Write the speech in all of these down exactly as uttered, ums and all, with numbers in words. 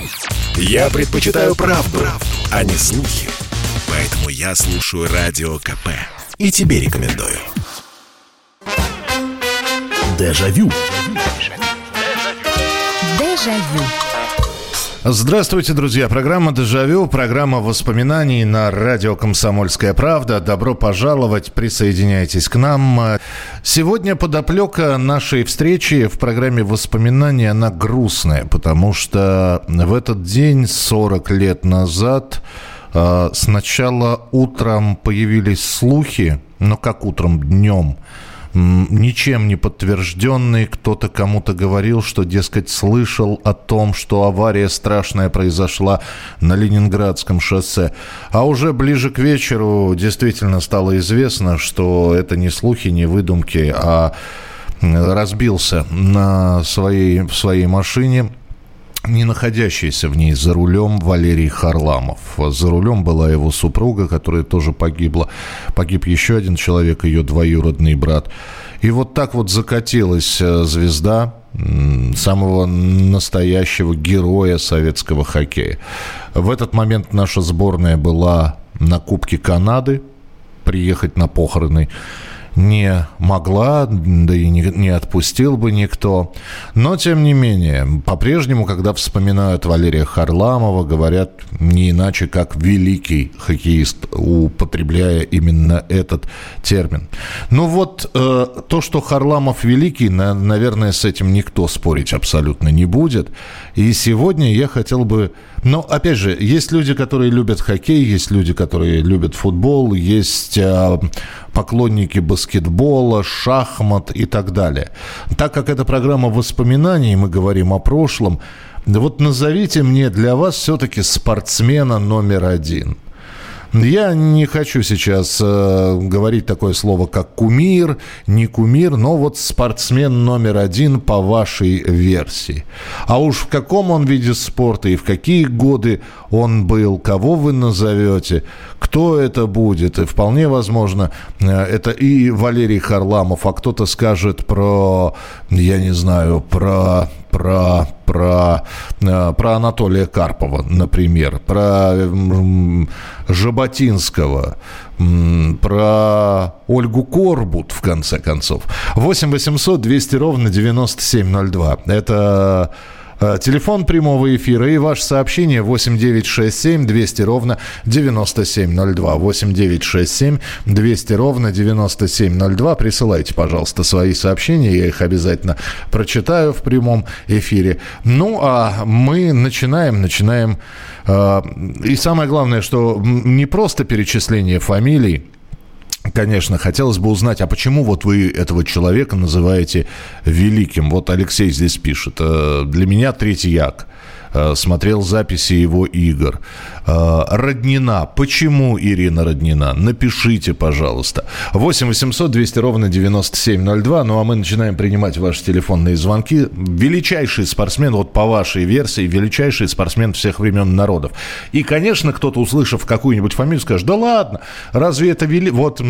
Я предпочитаю правду, правду, а не слухи. Поэтому я слушаю Радио КП. И тебе рекомендую. Дежавю. Дежавю. Здравствуйте, друзья. Программа «Дежавю», программа воспоминаний на радио «Комсомольская правда». Добро пожаловать, присоединяйтесь к нам. Сегодня подоплека нашей встречи в программе «Воспоминания», она грустная, потому что в этот день, сорок лет назад, сначала утром появились слухи, ну как утром, днем, ничем не подтвержденный, кто-то кому-то говорил, что, дескать, слышал о том, что авария страшная произошла на Ленинградском шоссе. А уже ближе к вечеру действительно стало известно, что это не слухи, не выдумки, а разбился на своей, в своей машине не находящийся в ней за рулем Валерий Харламов. За рулем была его супруга, которая тоже погибла. Погиб еще один человек, ее двоюродный брат. И вот так вот закатилась звезда самого настоящего героя советского хоккея. В этот момент наша сборная была на Кубке Канады. Приехать на похороны не могла, да и не, не отпустил бы никто. Но, тем не менее, по-прежнему, когда вспоминают Валерия Харламова, говорят не иначе, как великий хоккеист, употребляя именно этот термин. Ну вот, э, то, что Харламов великий, на, наверное, с этим никто спорить абсолютно не будет. И сегодня я хотел бы... Но, опять же, есть люди, которые любят хоккей, есть люди, которые любят футбол, есть э, поклонники баскетбола, шахмат и так далее. Так как это программа воспоминаний, мы говорим о прошлом, вот назовите мне для вас все-таки спортсмена номер один. Я не хочу сейчас э, говорить такое слово, как кумир, не кумир, но вот спортсмен номер один по вашей версии. А уж в каком он виде спорта и в какие годы он был, кого вы назовете, кто это будет. И вполне возможно, э, это и Валерий Харламов, а кто-то скажет про, я не знаю, про... Про, про, про Анатолия Карпова, например, про Жаботинского, про Ольгу Корбут, в конце концов. восемь восемьсот двести ровно девяносто семь ноль два. Это... телефон прямого эфира и ваше сообщение восемь девятьсот шестьдесят семь двести ровно девяносто семь ноль два. восемь девятьсот шестьдесят семь двести ровно девяносто семь ноль два. Присылайте, пожалуйста, свои сообщения. Я их обязательно прочитаю в прямом эфире. Ну, а мы начинаем, начинаем. И самое главное, что не просто перечисление фамилий. Конечно, хотелось бы узнать, а почему вот вы этого человека называете великим? Вот Алексей здесь пишет. Для меня Третьяк. Смотрел записи его игр. Роднина. Почему Ирина Роднина? Напишите, пожалуйста. восемь восемьсот двести ровно девяносто семь ноль два. Ну, а мы начинаем принимать ваши телефонные звонки. Величайший спортсмен, вот по вашей версии, величайший спортсмен всех времен и народов. И, конечно, кто-то, услышав какую-нибудь фамилию, скажет, да ладно, разве это вели... Вот...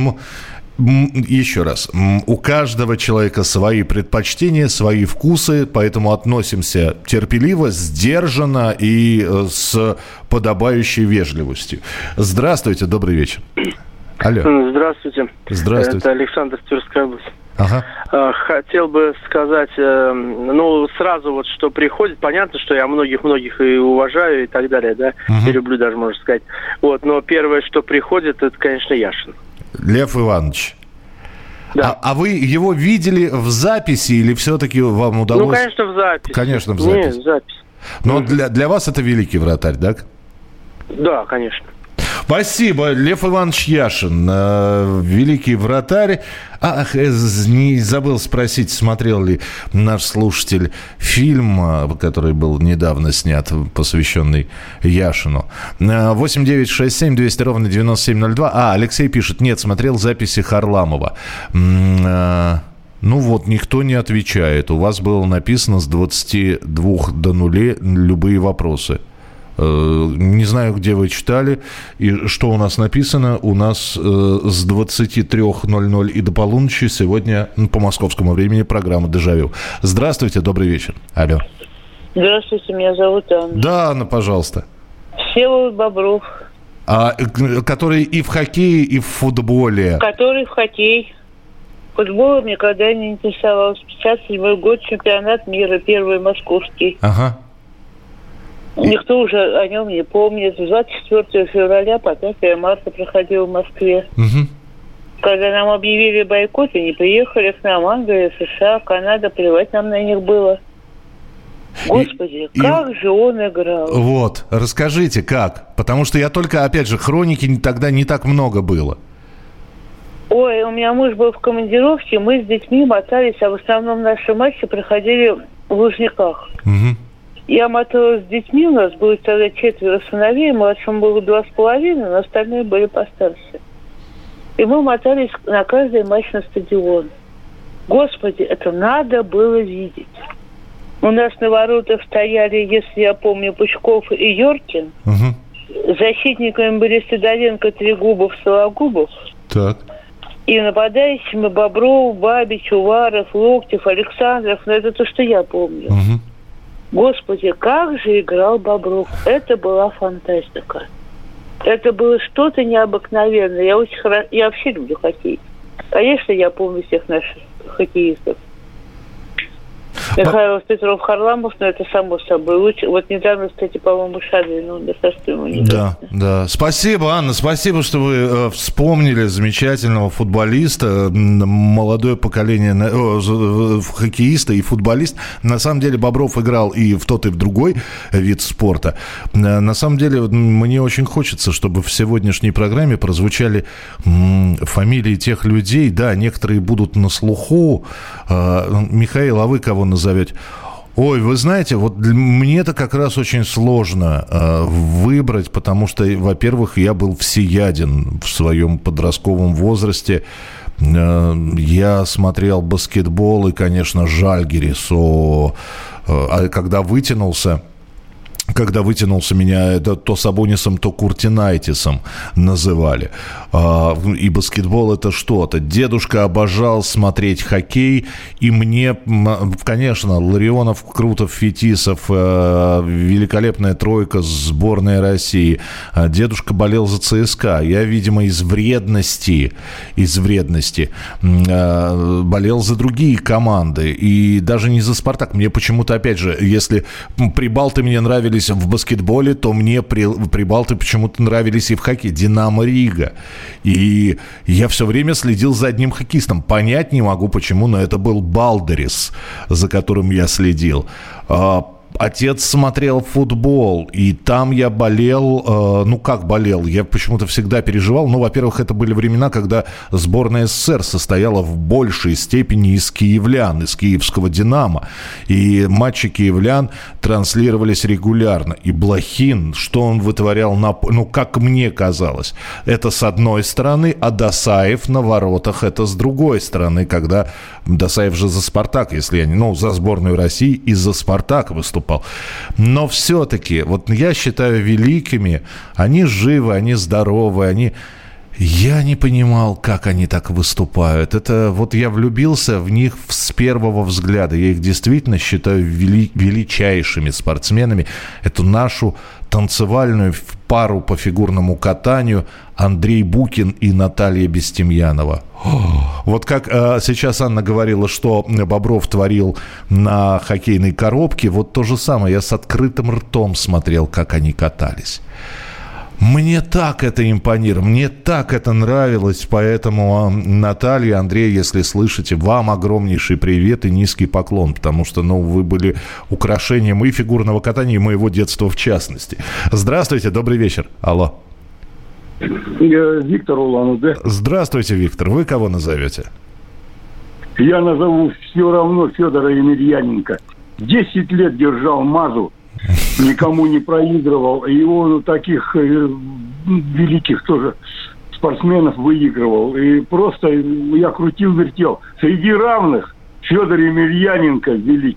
Еще раз, у каждого человека свои предпочтения, свои вкусы, поэтому относимся терпеливо, сдержанно и с подобающей вежливостью. Здравствуйте, добрый вечер. Алло. Здравствуйте. Здравствуйте. Это Александр, Тверская область. Ага. Хотел бы сказать, ну, сразу вот, что приходит, понятно, что я многих-многих и уважаю и так далее, да, uh-huh. и люблю даже, можно сказать. Вот, но первое, что приходит, это, конечно, Яшин. Лев Иванович. Да. А, а вы его видели в записи или все-таки вам удалось? Ну, конечно, в записи. Конечно, в записи. Нет, в записи. Но mm-hmm. для, для вас это великий вратарь, да? Да, конечно. Спасибо. Лев Иванович Яшин, э, великий вратарь. Ах, не забыл спросить, смотрел ли наш слушатель фильм, который был недавно снят, посвященный Яшину. восемь девятьсот шестьдесят семь двести ровно девяносто семь ноль два. А, Алексей пишет, нет, смотрел записи Харламова. Ну вот, никто не отвечает. У вас было написано с двадцати двух до нуля любые вопросы. Не знаю, где вы читали и что у нас написано. У нас э, с двадцати трёх ноль ноль и до полуночи сегодня, ну, по московскому времени, программа «Дежавю». Здравствуйте, добрый вечер. Алло. Здравствуйте, меня зовут Анна. Да, Анна, пожалуйста. Всеволод Бобров. А, который и в хоккее, и в футболе. Который в хоккей. Футболом никогда не интересовался. пятьдесят седьмой год, чемпионат мира, первый московский. Ага. Никто уже о нем не помнит. двадцать четвёртого февраля по пятое марта проходил в Москве. Угу. Когда нам объявили бойкот, и не приехали к нам Англия, США, Канада, плевать нам на них было. Господи, и, как и... же он играл. Вот, расскажите, как? Потому что я только, опять же, хроники тогда не так много было. Ой, у меня муж был в командировке, мы с детьми мотались, а в основном наши матчи проходили в Лужниках. Угу. Я моталась с детьми, у нас было тогда четверо сыновей, младшему было два с половиной, но остальные были постарше. И мы мотались на каждый матч на стадион. Господи, это надо было видеть. У нас на воротах стояли, если я помню, Пучков и Йоркин. Угу. Защитниками были Сидоренко, Трегубов, Сологубов. Так. И нападающими Бобров, Бабич, Уваров, Локтев, Александров. Но это то, что я помню. Угу. Господи, как же играл Бобров. Это была фантастика. Это было что-то необыкновенное. Я очень хорошо... Я вообще люблю хоккей. Конечно, я помню всех наших хоккеистов. Михаил Петров, Харламов, но это само собой. Лучше. Вот недавно, кстати, по-моему, Шадрин, но достаточно ему не Да, да. Спасибо, Анна, спасибо, что вы э, вспомнили замечательного футболиста, молодое поколение э, хоккеиста и футболист. На самом деле Бобров играл и в тот, и в другой вид спорта. На самом деле мне очень хочется, чтобы в сегодняшней программе прозвучали м, фамилии тех людей. Да, некоторые будут на слуху. Э, Михаил, а вы кого назовете? Ой, вы знаете, вот мне-то как раз очень сложно э, выбрать, потому что, во-первых, я был всеяден в своем подростковом возрасте. Э, я смотрел баскетбол и, конечно, Жальгирис. О, э, а когда вытянулся... Когда вытянулся меня, это то Сабонисом, то Куртинайтисом называли. И баскетбол — это что-то. Дедушка обожал смотреть хоккей, и мне, конечно, Ларионов, Крутов, Фетисов, великолепная тройка сборной России. Дедушка болел за ЦСКА. Я, видимо, из вредности, из вредности болел за другие команды. И даже не за «Спартак». Мне почему-то, опять же, если прибалты мне нравились в баскетболе, то мне при, прибалты почему-то нравились и в хоккее. «Динамо Рига». И я все время следил за одним хоккеистом. Понять не могу, почему, но это был Балдерис, за которым я следил. Отец смотрел футбол, и там я болел, э, ну как болел, я почему-то всегда переживал. Ну, во-первых, это были времена, когда сборная СССР состояла в большей степени из киевлян, из киевского «Динамо». И матчи киевлян транслировались регулярно. И Блохин, что он вытворял, на, ну, как мне казалось, это с одной стороны, а Досаев на воротах это с другой стороны, когда Досаев же за «Спартак», если я не, ну, за сборную России и за «Спартак» выступал. Но все-таки, вот я считаю великими, они живы, они здоровы, они... Я не понимал, как они так выступают. Это вот я влюбился в них с первого взгляда. Я их действительно считаю вели... величайшими спортсменами. Эту нашу танцевальную пару по фигурному катанию Андрей Букин и Наталья Бестемьянова. Вот как э, сейчас Анна говорила, что Бобров творил на хоккейной коробке, вот то же самое. Я с открытым ртом смотрел, как они катались. Мне так это импонировало, мне так это нравилось, поэтому, Наталья, Андрей, если слышите, вам огромнейший привет и низкий поклон, потому что, ну, вы были украшением и фигурного катания, и моего детства в частности. Здравствуйте, добрый вечер. Алло. Я Виктор Улан-Удэ. Здравствуйте, Виктор. Вы кого назовете? Я назову все равно Федора Емельяненко. Десять лет держал Мазу. Никому не проигрывал. И он таких э, великих тоже спортсменов выигрывал. И просто я крутил-вертел. Среди равных Федор Емельяненко великий.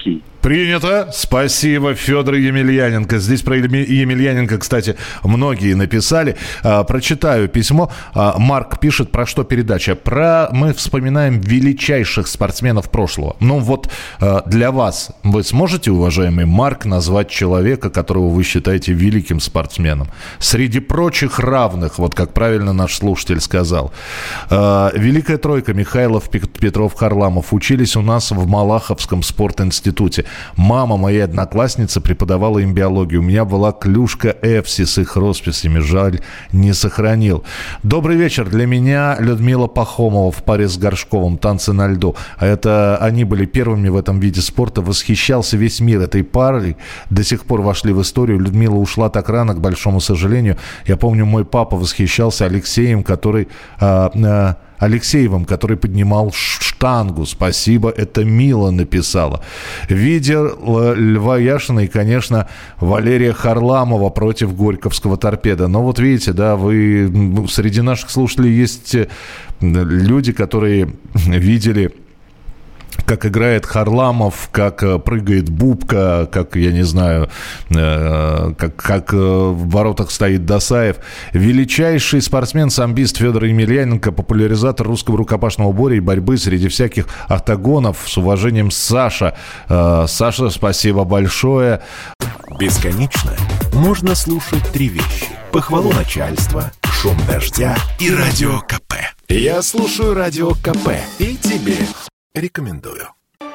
Принято. Спасибо, Федор Емельяненко. Здесь про Емельяненко, кстати, многие написали. А, прочитаю письмо. А, Марк пишет, про что передача. Про мы вспоминаем величайших спортсменов прошлого. Ну вот а, для вас, вы сможете, уважаемый Марк, назвать человека, которого вы считаете великим спортсменом? Среди прочих равных, вот как правильно наш слушатель сказал. А, Великая тройка Михайлов, Петров, Харламов учились у нас в Малаховском спортинституте. Мама моей одноклассницы преподавала им биологию. У меня была клюшка Эфси с их росписями. Жаль, не сохранил. Добрый вечер. Для меня Людмила Пахомова в паре с Горшковым. Танцы на льду. А это они были первыми в этом виде спорта. Восхищался весь мир этой парой. До сих пор вошли в историю. Людмила ушла так рано, к большому сожалению. Я помню, мой папа восхищался Алексеем, который... А, а, Алексеевым, который поднимал штангу. Спасибо, это Мила написала. Видя Льва Яшина и, конечно, Валерия Харламова против Горьковского торпеда. Но вот видите, да, вы среди наших слушателей есть люди, которые видели, как играет Харламов, как прыгает Бубка, как, я не знаю, э, как, как в воротах стоит Досаев. Величайший спортсмен-самбист Федор Емельяненко, популяризатор русского рукопашного боя и борьбы среди всяких октагонов. С уважением, Саша. Э, Саша, спасибо большое. Бесконечно можно слушать три вещи. Похвалу начальства, шум дождя и радио КП. Я слушаю радио КП и тебе рекомендую.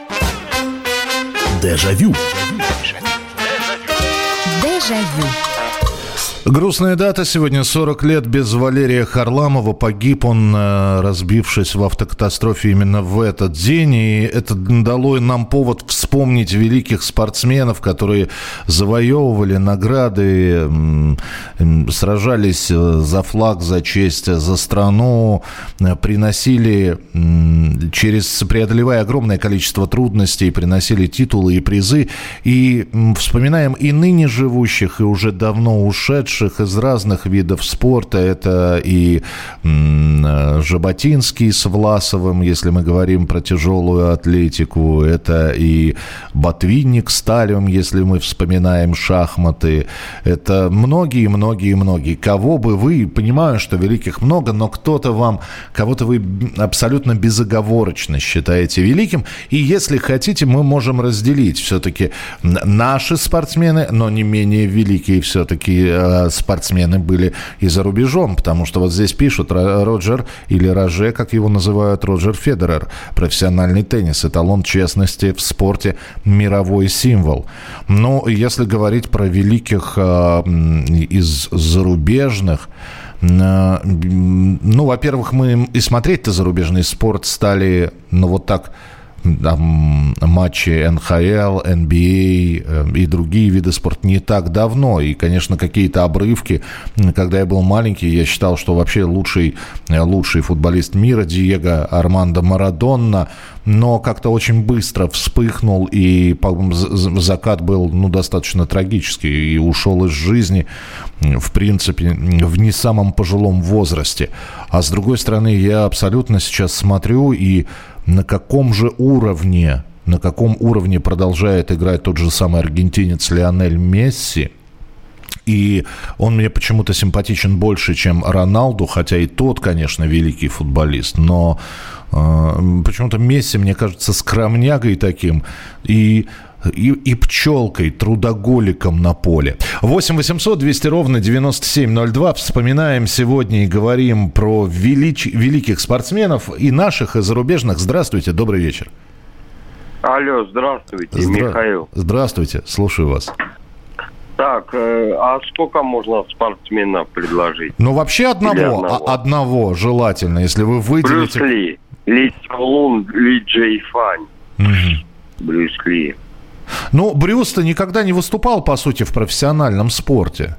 Дежавю. Дежавю. Грустная дата. Сегодня сорок лет без Валерия Харламова. Погиб он, разбившись в автокатастрофе именно в этот день. И это дало нам повод вспомнить великих спортсменов, которые завоевывали награды, сражались за флаг, за честь, за страну, приносили, через преодолевая огромное количество трудностей, приносили титулы и призы. И вспоминаем и ныне живущих, и уже давно ушедших из разных видов спорта. Это и м, Жаботинский с Власовым, если мы говорим про тяжелую атлетику. Это и Ботвинник с Талием, если мы вспоминаем шахматы. Это многие-многие-многие. Кого бы вы, понимаю, что великих много, но кто-то вам, кого-то вы абсолютно безоговорочно считаете великим. И если хотите, мы можем разделить все-таки наши спортсмены, но не менее великие все-таки спортсмены были и за рубежом, потому что вот здесь пишут Роджер или Роже, как его называют, Роджер Федерер, профессиональный теннис, эталон честности в спорте, мировой символ. Но если говорить про великих э, из зарубежных, э, ну, во-первых, мы и смотреть-то зарубежный спорт стали, ну, вот так, там, матчи эн ха эл, эн би эй и другие виды спорта не так давно. И, конечно, какие-то обрывки. Когда я был маленький, я считал, что вообще лучший, лучший футболист мира Диего Армандо Марадона. Но как-то очень быстро вспыхнул, и закат был, ну, достаточно трагический. И ушел из жизни, в принципе, в не самом пожилом возрасте. А с другой стороны, я абсолютно сейчас смотрю, и на каком же уровне, на каком уровне продолжает играть тот же самый аргентинец Лионель Месси. И он мне почему-то симпатичен больше, чем Роналду, хотя и тот, конечно, великий футболист. Но э, почему-то Месси, мне кажется, скромнягой таким и... И, и пчелкой, трудоголиком на поле. восемь восемьсот двести ровно девяносто семь ноль два. Вспоминаем сегодня и говорим про велич... великих спортсменов, и наших, и зарубежных. Здравствуйте, добрый вечер. Алло, здравствуйте, Здра... Михаил. Здравствуйте, слушаю вас. Так, э, а сколько можно спортсменов предложить? Ну, вообще одного, одного? А, одного желательно, если вы выделите... Брюс Ли, Ли Цзолун, Ли Джей Фань. Угу. Брюс Ли. Ну, Брюс-то никогда не выступал, по сути, в профессиональном спорте.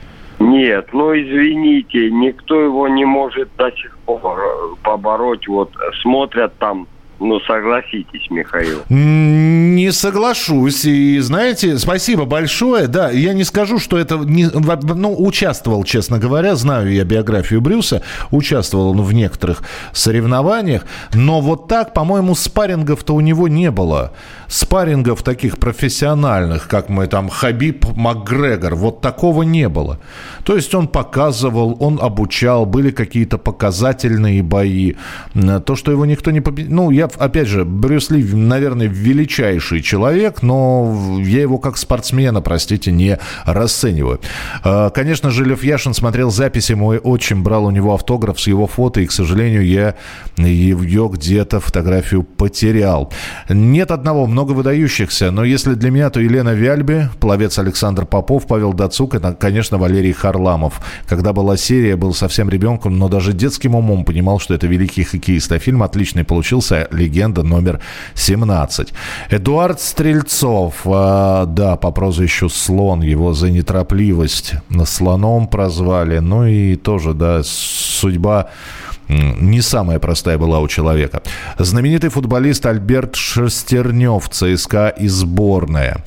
Нет, ну извините, никто его не может до сих пор побороть. Вот смотрят там Ну, согласитесь, Михаил. Не соглашусь. И, знаете, спасибо большое. Да, я не скажу, что это... Не, ну, участвовал, честно говоря, знаю я биографию Брюса, участвовал в некоторых соревнованиях, но вот так, по-моему, спаррингов-то у него не было. Спаррингов таких профессиональных, как мы там Хабиб Макгрегор, вот такого не было. То есть он показывал, он обучал, были какие-то показательные бои. То, что его никто не победил... Ну, я, опять же, Брюс Ли, наверное, величайший человек, но я его как спортсмена, простите, не расцениваю. Конечно же, Лев Яшин смотрел записи, мой отчим брал у него автограф с его фото, и, к сожалению, я ее где-то фотографию потерял. Нет одного, много выдающихся, но если для меня, то Елена Вяльбе, пловец Александр Попов, Павел Дацук и, конечно, Валерий Харламов. Когда была серия, был совсем ребенком, но даже детским умом понимал, что это великий хоккеист. А фильм отличный получился, «Легенда номер семнадцать». Эдуард Стрельцов, э, да, по прозвищу Слон, его за неторопливость слоном прозвали. Ну и тоже, да, судьба... не самая простая была у человека. Знаменитый футболист Альберт Шестернев, ЦСКА и сборная.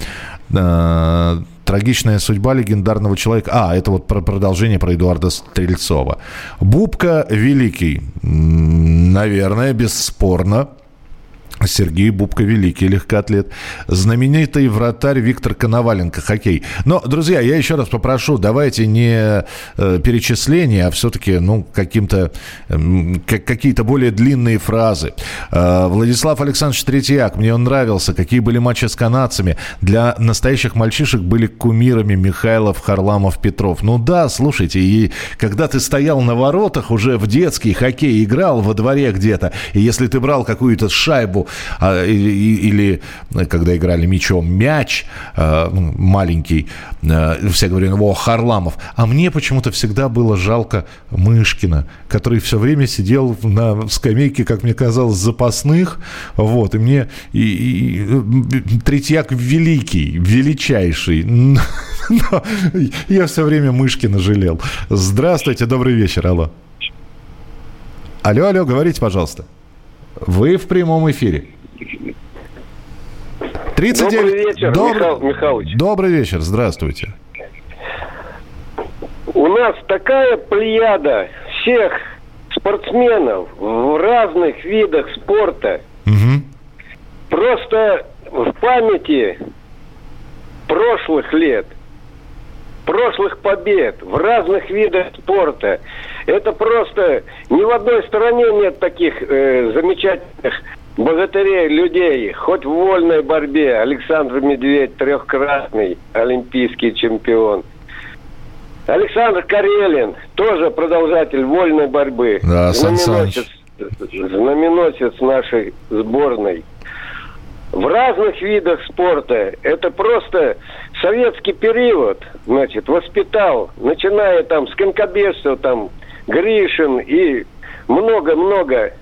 Трагичная судьба легендарного человека. А, это вот про продолжение про Эдуарда Стрельцова. Бубка Великий. Наверное, бесспорно. Сергей Бубка Великий, легкоатлет. Знаменитый вратарь Виктор Коноваленко, хоккей. Но, друзья, я еще раз попрошу, давайте не э, перечисления, а все-таки, ну, каким-то, э, как, какие-то более длинные фразы. Э, Владислав Александрович Третьяк, мне он нравился, какие были матчи с канадцами. Для настоящих мальчишек были кумирами Михайлов, Харламов, Петров. Ну да, слушайте, и когда ты стоял на воротах, уже в детский хоккей играл во дворе где-то, и если ты брал какую-то шайбу, А, или, или когда играли мячом мяч э, маленький, э, все говорили: о, Харламов. А мне почему-то всегда было жалко Мышкина, который все время сидел на скамейке, как мне казалось, запасных. Вот, и мне и, и, Третьяк великий, величайший. Но я все время Мышкина жалел. Здравствуйте, добрый вечер, алло. Алло, алло, говорите, пожалуйста. Вы в прямом эфире. тридцать девять... Добрый вечер, Добр... Михаил Михайлович. Добрый вечер, здравствуйте. У нас такая плеяда всех спортсменов в разных видах спорта. Угу. Просто в памяти прошлых лет, прошлых побед в разных видах спорта. Это просто ни в одной стране нет таких э, замечательных богатырей, людей. Хоть в вольной борьбе Александр Медведь, трехкратный олимпийский чемпион. Александр Карелин, тоже продолжатель вольной борьбы. Да, знаменосец, знаменосец нашей сборной. В разных видах спорта. Это просто советский период, значит, воспитал, начиная там с конькобежцев, там, Гришин и много-много.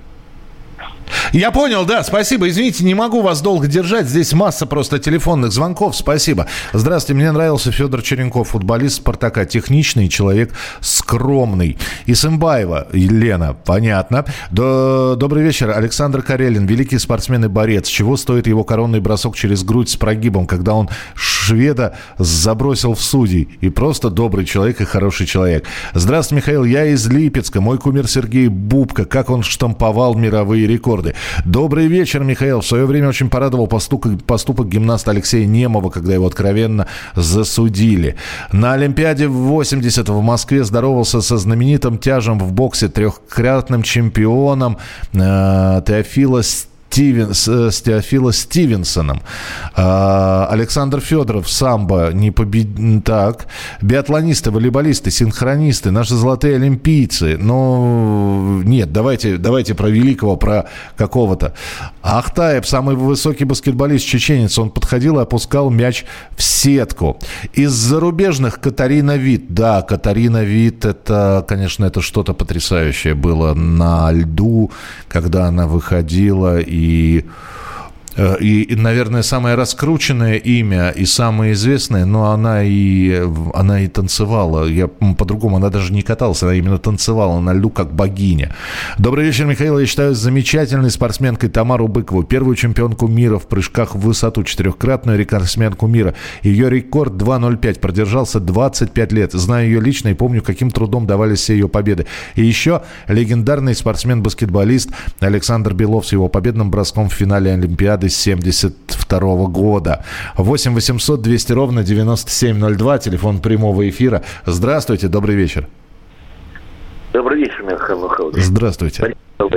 Я понял, да, спасибо. Извините, не могу вас долго держать. Здесь масса просто телефонных звонков. Спасибо. Здравствуйте, мне нравился Федор Черенков, футболист «Спартака». Техничный человек, скромный. Исымбаева Елена, понятно. До... Добрый вечер. Александр Карелин, великий спортсмен и борец. Чего стоит его коронный бросок через грудь с прогибом, когда он шведа забросил в судей? И просто добрый человек и хороший человек. Здравствуйте, Михаил. Я из Липецка. Мой кумир Сергей Бубка. Как он штамповал мировые рекорды. Добрый вечер, Михаил. В свое время очень порадовал поступок, поступок гимнаста Алексея Немова, когда его откровенно засудили. На Олимпиаде в восьмидесятом в Москве здоровался со знаменитым тяжем в боксе, трехкратным чемпионом э, Теофила Стивен, с, с Теофила Стивенсоном. А, Александр Федоров, самбо, не побед... так. Биатлонисты, волейболисты, синхронисты, наши золотые олимпийцы. Но нет, давайте, давайте про великого, про какого-то. Ахтаев, самый высокий баскетболист, чеченец, он подходил и опускал мяч в сетку. Из зарубежных Катарина Вит. Да, Катарина Вит, это, конечно, это что-то потрясающее было на льду, когда она выходила и... и, и, наверное, самое раскрученное имя и самое известное, но она и, она и танцевала. Я по-другому, она даже не каталась, она именно танцевала на льду как богиня. Добрый вечер, Михаил. Я считаю замечательной спортсменкой Тамару Быкову, первую чемпионку мира в прыжках в высоту, четырехкратную рекордсменку мира. Ее рекорд два ноль пять продержался двадцать пять лет. Знаю ее лично и помню, каким трудом давались все ее победы. И еще легендарный спортсмен-баскетболист Александр Белов с его победным броском в финале Олимпиады семьдесят второго года. восемь восемьсот двести ровно девяносто семь ноль два, телефон прямого эфира. Здравствуйте, добрый вечер. Добрый вечер, Михаил Михайлович. Здравствуйте.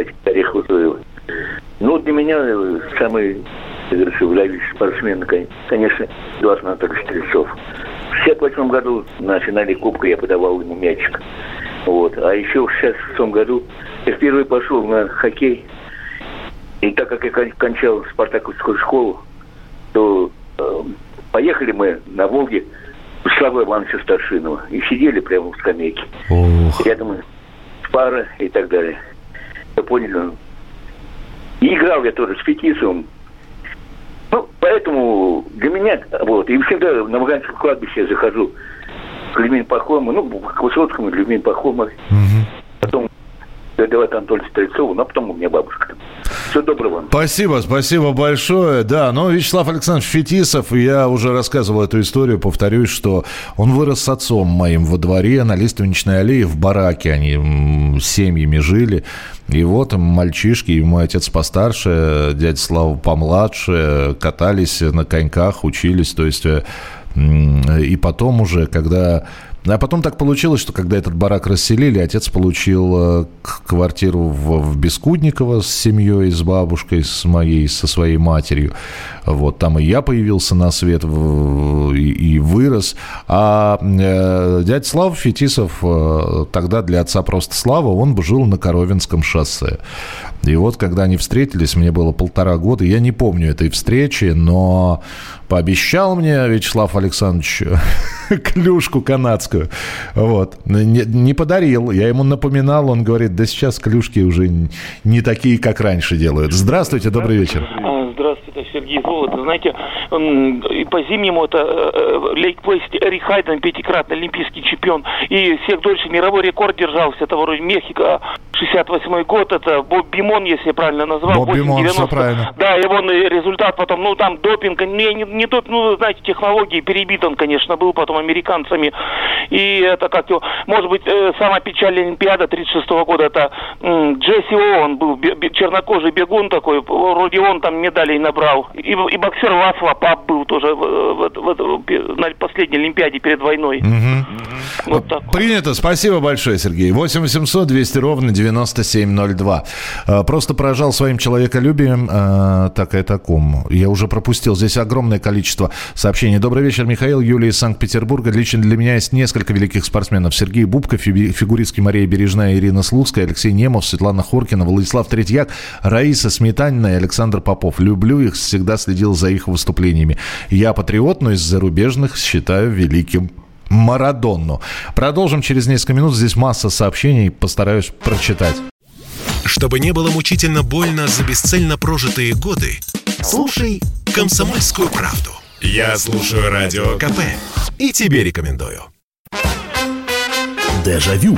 Ну, для меня самый воодушевляющий спортсмен, конечно, Эдуард Анатольевич Стрельцов. В шестьдесят восьмом году на финале Кубка я подавал ему мячик. Вот. А еще в шестьдесят шестом году я впервые пошел на хоккей. И так как я кончал спартаковскую школу, то э, поехали мы на Волге у Славы Ивановича Старшинова. И сидели прямо в скамейке. Ох. Рядом пара и так далее. Вы поняли? И играл я тоже с Фетисовым. Ну, поэтому для меня, вот, и всегда на Ваганском кладбище я захожу к Людмиле Пахомовой, ну, к Высоцкому, Людмиле Пахомовой, угу. Потом к Эдуарду Анатольевичу Стрельцову, ну, а потом у меня бабушка. Всего доброго вам. Спасибо, спасибо большое. Да, но Вячеслав Александрович Фетисов, я уже рассказывал эту историю, повторюсь, что он вырос с отцом моим во дворе на Лиственничной аллее в бараке. Они м, семьями жили. И вот мальчишки, и мой отец постарше, дядя Слава помладше, катались на коньках, учились. То есть, и потом уже, когда... А потом так получилось, что когда этот барак расселили, отец получил квартиру в, в Бескудниково с семьей, с бабушкой, с моей, со своей матерью. Вот, там и я появился на свет в, и, и вырос. А э, дядя Слава Фетисов, э, тогда для отца просто Слава, он бы жил на Коровинском шоссе. И вот, когда они встретились, мне было полтора года, я не помню этой встречи, но пообещал мне Вячеслав Александрович клюшку канадскую. Вот. Не, не подарил, я ему напоминал, он говорит, да сейчас клюшки уже не такие, как раньше делают. Здравствуйте, добрый вечер. Здравствуйте, Сергей Золото. Знаете, по-зимнему это лейкплейс Эрик Хайден, пятикратный олимпийский чемпион, и всех дольше мировой рекорд держался, это вроде Мехико, шестьдесят восьмой год, это Боб Бимон, если я правильно назвал. Боб Бимон, все правильно. Да, и вон результат потом, ну там допинг, не, не, не допинг, ну знаете, технологии, перебит он, конечно, был потом американцами. И это как его, может быть, самая печальная Олимпиада тридцать шестого года, это Джесси Оуэн был, чернокожий бегун такой, вроде он там медалей набрал. И, и боксер Вацлав Пап был тоже в, в, в, на последней Олимпиаде перед войной. Угу. Вот так. Принято. Спасибо большое, Сергей. восемь восемьсот двести ровно девяносто семь ноль два. Просто поражал своим человеколюбием, так и такому. Я уже пропустил. Здесь огромное количество сообщений. Добрый вечер, Михаил. Юлия из Санкт-Петербурга. Лично для меня есть несколько великих спортсменов. Сергей Бубка, фигуристки Мария Бережная, Ирина Слуцкая, Алексей Немов, Светлана Хоркина, Владислав Третьяк, Раиса Сметанина и Александр Попов. Люблю их, всегда следил за их выступлениями. Я патриот, но из зарубежных считаю великим Марадонну. Продолжим через несколько минут. Здесь масса сообщений, постараюсь прочитать. Чтобы не было мучительно больно за бесцельно прожитые годы, слушай «Комсомольскую правду». Я слушаю Радио КП и тебе рекомендую. Дежавю.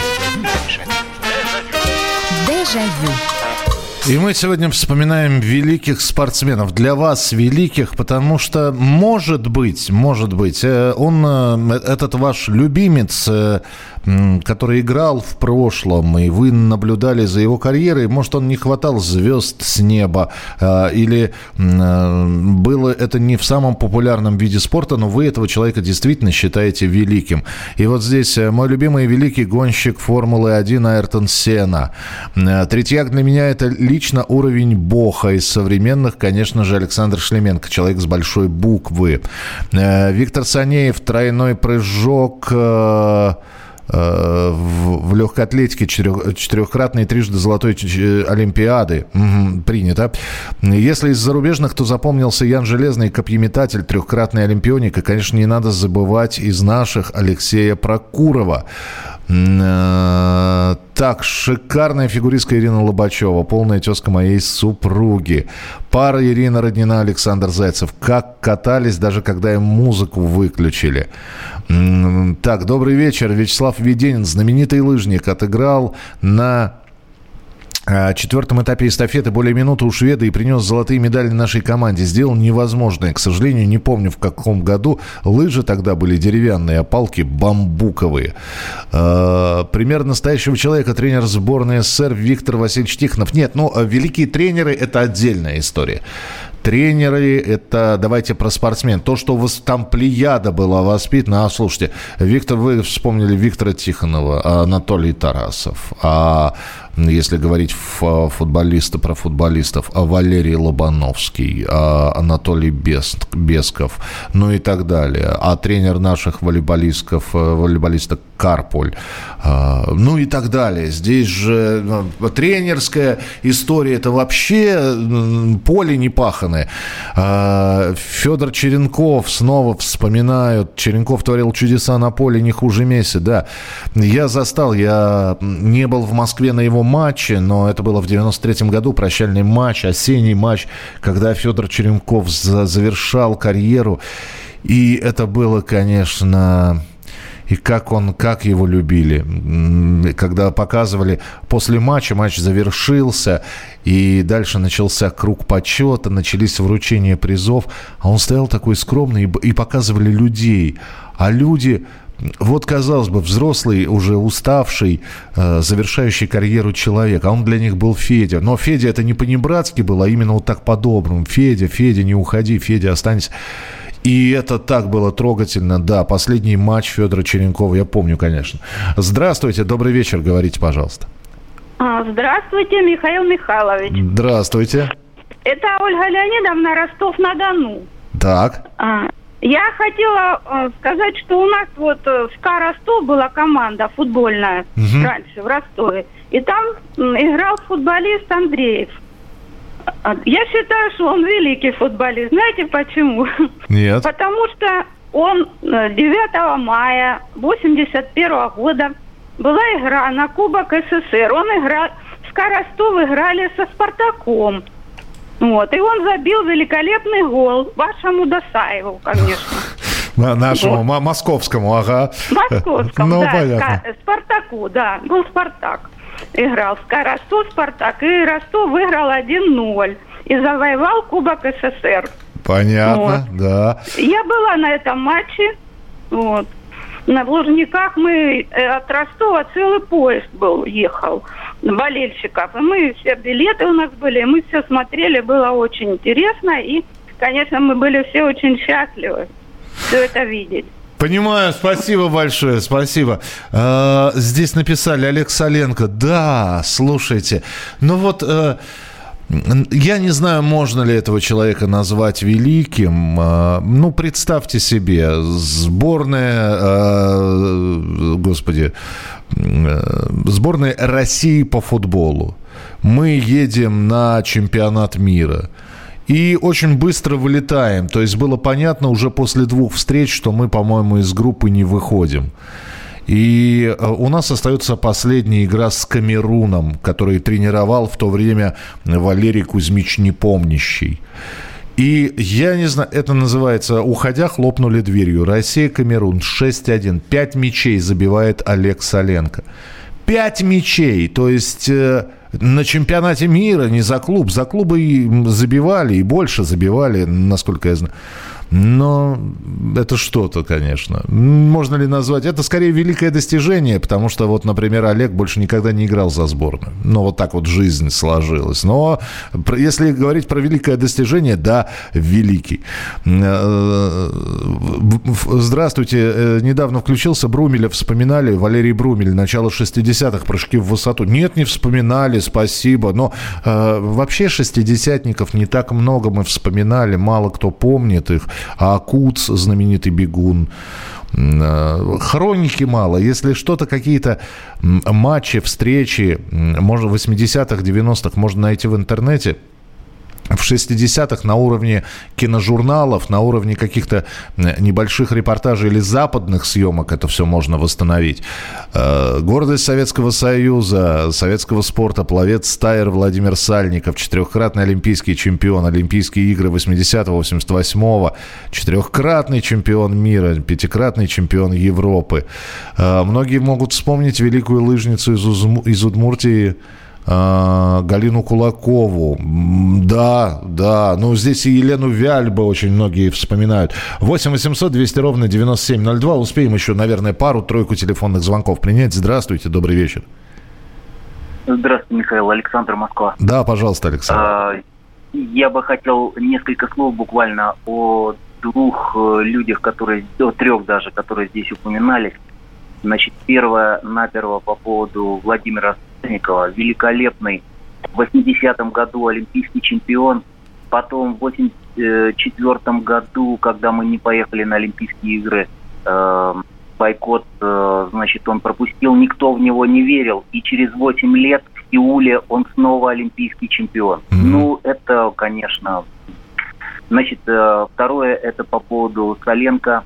Дежавю. И мы сегодня вспоминаем великих спортсменов. Для вас великих, потому что, может быть, может быть, он, этот ваш любимец, который играл в прошлом, и вы наблюдали за его карьерой, может, он не хватал звезд с неба, или было это не в самом популярном виде спорта, но вы этого человека действительно считаете великим. И вот здесь мой любимый великий гонщик Формулы один Айртон Сенна. Третьяк для меня это лично уровень бога. Из современных, конечно же, Александр Шлеменко, человек с большой буквы. Виктор Санеев, тройной прыжок в, в легкой атлетике, четырех, четырехкратной трижды золотой Олимпиады. Угу, принято. Если из зарубежных, то запомнился Ян Железный, копьеметатель, трехкратный олимпионик. И, конечно, не надо забывать из наших Алексея Прокурова. Так, шикарная фигуристка Ирина Лобачева, полная тезка моей супруги. Пара Ирина Роднина, Александр Зайцев. Как катались, даже когда им музыку выключили. Так, добрый вечер. Вячеслав Веденин, знаменитый лыжник, отыграл на четвертом этапе эстафеты более минуты у шведа и принес золотые медали нашей команде. Сделал невозможное. К сожалению, не помню, в каком году. Лыжи тогда были деревянные, а палки бамбуковые. Э-э- пример настоящего человека, тренер сборной СССР Виктор Васильевич Тихонов. Нет, ну, великие тренеры – это отдельная история. Тренеры, это, давайте про спортсмен. То, что у вас там плеяда была воспитана. А, слушайте, Виктор, вы вспомнили Виктора Тихонова, Анатолий Тарасов. А если говорить футболисты про футболистов, а Валерий Лобановский, а Анатолий Бесков, ну и так далее. А тренер наших волейболистов, волейболиста Карполь, ну и так далее. Здесь же тренерская история, это вообще поле не паханое. Федор Черенков, снова вспоминают, Черенков творил чудеса на поле не хуже Месси, да. Я застал, я не был в Москве на его матче, но это было в девяносто третьем году, прощальный матч, осенний матч, когда Федор Черенков за- завершал карьеру. И это было, конечно... И как он, как его любили. Когда показывали после матча, матч завершился, и дальше начался круг почета, начались вручения призов, а он стоял такой скромный, и, и показывали людей. А люди... Вот, казалось бы, взрослый, уже уставший, э, завершающий карьеру человек, а он для них был Федя. Но Федя это не по-небратски было, а именно вот так по-доброму. Федя, Федя, не уходи, Федя, останься. И это так было трогательно, да. Последний матч Федора Черенкова, я помню, конечно. Здравствуйте, добрый вечер, говорите, пожалуйста. Здравствуйте, Михаил Михайлович. Здравствуйте. Это Ольга Леонидовна, Ростов-на-Дону. Так. Я хотела э, сказать, что у нас вот э, в ка Ростов была команда футбольная угу. раньше в Ростове. И там э, играл футболист Андреев. Я считаю, что он великий футболист. Знаете почему? Нет. Потому что он девятого мая восемьдесят первого года была игра на Кубок СССР. Он играл, в ка Ростов играли со Спартаком. Вот. И он забил великолепный гол вашему Досаеву, конечно. Нашему, вот. московскому, ага. Московскому, ну, да, понятно. Спартаку, да, был Спартак. Играл в ка Ростов, Спартак. И Ростов выиграл один ноль. И завоевал Кубок СССР. Понятно, вот. Да. Я была на этом матче. Вот. На Лужниках мы от Ростова целый поезд был, ехал. Болельщиков. И мы все, билеты у нас были, мы все смотрели, было очень интересно. И, конечно, мы были все очень счастливы все это видеть. Понимаю, спасибо большое, спасибо. А, здесь написали Олег Соленко. Да, слушайте, ну вот... А... Я не знаю, можно ли этого человека назвать великим. Ну, представьте себе, сборная, господи, сборная России по футболу. Мы едем на чемпионат мира. И очень быстро вылетаем. То есть было понятно уже после двух встреч, что мы, по-моему, из группы не выходим. И у нас остается последняя игра с Камеруном, который тренировал в то время Валерий Кузьмич Непомнящий. И я не знаю, это называется «Уходя, хлопнули дверью». Россия-Камерун шесть один. Пять мячей забивает Олег Соленко. Пять мячей, то есть... На чемпионате мира, не за клуб. За клубы и забивали, и больше забивали, насколько я знаю. Но это что-то, конечно. Можно ли назвать? Это скорее великое достижение, потому что, вот, например, Олег больше никогда не играл за сборную. Ну, вот так вот жизнь сложилась. Но если говорить про великое достижение, да, великий. Здравствуйте. Недавно включился Брумеля, вспоминали. Валерий Брумель, начало шестидесятых, прыжки в высоту. Нет, не вспоминали, спасибо. Но э, вообще шестидесятников не так много мы вспоминали. Мало кто помнит их. А Куц, знаменитый бегун. Хроники мало. Если что-то, какие-то матчи, встречи, может, восьмидесятых, девяностых можно найти в интернете. в шестидесятых на уровне киножурналов, на уровне каких-то небольших репортажей или западных съемок это все можно восстановить. Гордость Советского Союза, советского спорта, пловец Стайер Владимир Сальников, четырехкратный олимпийский чемпион, Олимпийские игры восьмидесятого, восемьдесят восьмого, четырехкратный чемпион мира, пятикратный чемпион Европы. Многие могут вспомнить великую лыжницу из, Уз... из Удмуртии, Галину Кулакову. Да, да. Ну, здесь и Елену Вяльбу очень многие вспоминают. восемь восемьсот двести ровно девяносто семь ноль два. Успеем еще, наверное, пару-тройку телефонных звонков принять. Здравствуйте, добрый вечер. Здравствуйте, Михаил. Александр, Москва. Да, пожалуйста, Александр. Я бы хотел несколько слов буквально о двух людях, которые, о трех даже, которые здесь упоминались. Значит, первое, наперво по поводу Владимира Сальникова, великолепный в восьмидесятом году олимпийский чемпион, потом в восемьдесят четвертом году, когда мы не поехали на Олимпийские игры, э, бойкот, э, значит, он пропустил, никто в него не верил, и через восемь лет в Сеуле он снова олимпийский чемпион. Mm-hmm. Ну, это, конечно. Значит, э, второе, это по поводу Соленко.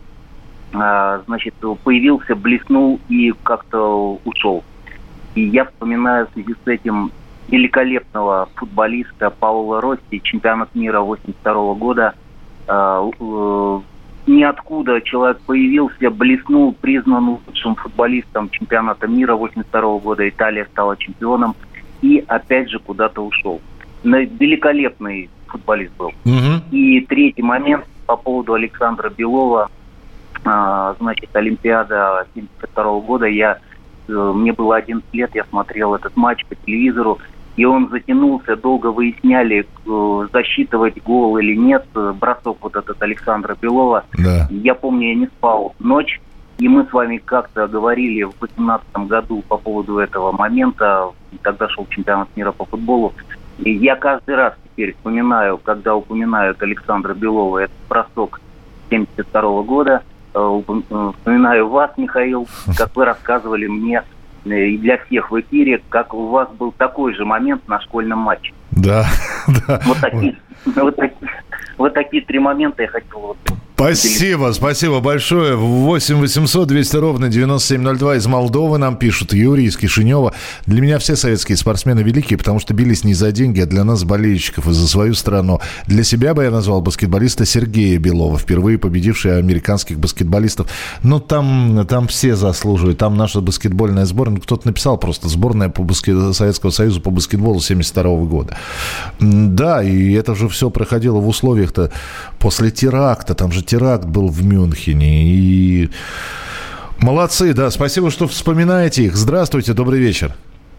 Э, значит, появился, блеснул и как-то ушел. И я вспоминаю в связи с этим великолепного футболиста Паула Росси, чемпионат мира восемьдесят второго года. Э, э, ниоткуда человек появился, блеснул, признан лучшим футболистом чемпионата мира восемьдесят второго года. Италия стала чемпионом и опять же куда-то ушел. Великолепный футболист был. Mm-hmm. И третий момент по поводу Александра Белова. Э, значит, Олимпиада семьдесят второго года. Я Мне было одиннадцать лет, я смотрел этот матч по телевизору, и он затянулся, долго выясняли, засчитывать гол или нет, бросок вот этот Александра Белова. Да. Я помню, я не спал ночь, и мы с вами как-то говорили в восемнадцатом году по поводу этого момента, тогда шел чемпионат мира по футболу, и я каждый раз теперь вспоминаю, когда упоминают Александра Белова, этот бросок семьдесят второго года, вспоминаю вас, Михаил, как вы рассказывали мне и для всех в эфире, как у вас был такой же момент на школьном матче. Да, да. Вот такие, вот такие, вот такие три момента я хотел вот... Спасибо, спасибо большое. восемь восемьсот двести ровно девяносто семь ноль два из Молдовы нам пишут. Юрий из Кишинева. Для меня все советские спортсмены великие, потому что бились не за деньги, а для нас, болельщиков, и за свою страну. Для себя бы я назвал баскетболиста Сергея Белова, впервые победивший американских баскетболистов. Ну, там, там все заслуживают. Там наша баскетбольная сборная. Кто-то написал просто сборная по баскет... Советского Союза по баскетболу семьдесят второго года. Да, и это же все проходило в условиях-то после теракта. Там же теракт был в Мюнхене. И молодцы, да. Спасибо, что вспоминаете их. Здравствуйте, добрый вечер.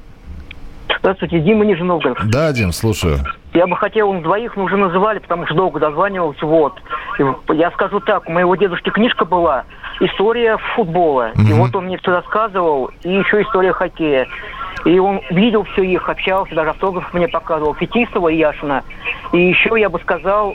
Здравствуйте, Дима, Нижний Новгород. Да, Дим, слушаю. Я бы хотел, он двоих мы уже называли, потому что долго дозванивался. Вот. И я скажу так, у моего дедушки книжка была «История футбола». Mm-hmm. И вот он мне все рассказывал, и еще история хоккея. И он видел все их, общался, даже автограф мне показывал. Фетисова и Яшина. И еще, я бы сказал,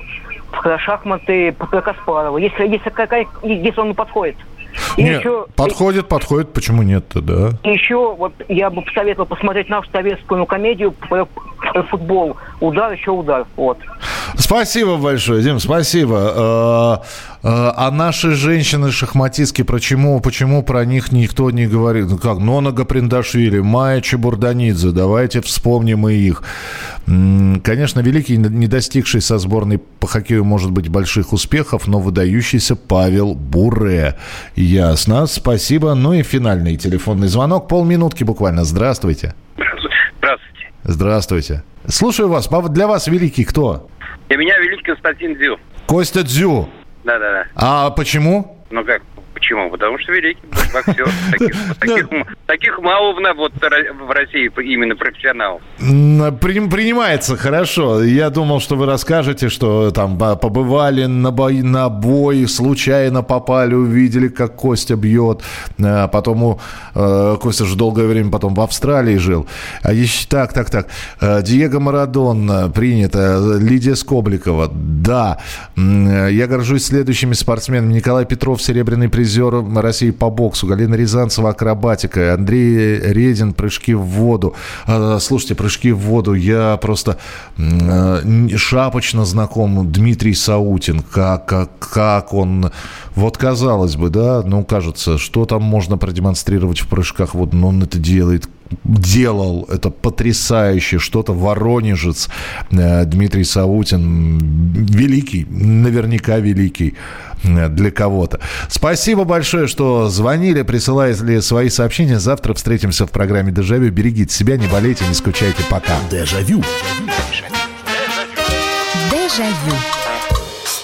шахматы про Каспарова. Если, если, какая, если он подходит. И нет, еще, подходит, подходит, почему нет-то, да. И еще, вот я бы посоветовал посмотреть нашу советскую комедию про, про футбол. Удар, еще удар, вот. Спасибо большое, Дим, спасибо. А наши женщины-шахматистки, почему, почему про них никто не говорит? Ну как, Нона Гаприндашвили, Майя Чебурданидзе, давайте вспомним и их. Конечно, великий, не достигший со сборной по хоккею, может быть, больших успехов, но выдающийся Павел Буре. Ясно, спасибо. Ну и финальный телефонный звонок, полминутки буквально. Здравствуйте. Здравствуйте. Здравствуйте. Слушаю вас. Для вас великий кто? Для меня великий Константин Дзю. Костя Дзю? Да-да-да. А почему? Ну как, почему? Потому что великий боксер. Таких, таких, таких мало вот, в России именно профессионалов. Принимается, хорошо. Я думал, что вы расскажете, что там побывали на бой, на бой, случайно попали, увидели, как Костя бьет. А потом у Костя же долгое время потом в Австралии жил. А еще так, так, так. Диего Марадона принято. Лидия Скобликова. Да. Я горжусь следующими спортсменами. Николай Петров, серебряный призер призер России по боксу, Галина Рязанцева акробатика, Андрей Редин прыжки в воду. Слушайте, прыжки в воду, я просто шапочно знаком Дмитрий Саутин, как, как, как он, вот казалось бы, да, ну кажется, что там можно продемонстрировать в прыжках, вот, но он это делает, делал, это потрясающе, что-то воронежец Дмитрий Саутин, великий, наверняка великий для кого-то. Спасибо большое, что звонили, присылали свои сообщения. Завтра встретимся в программе «Дежавю». Берегите себя, не болейте, не скучайте. Пока. Дежавю. Дежавю.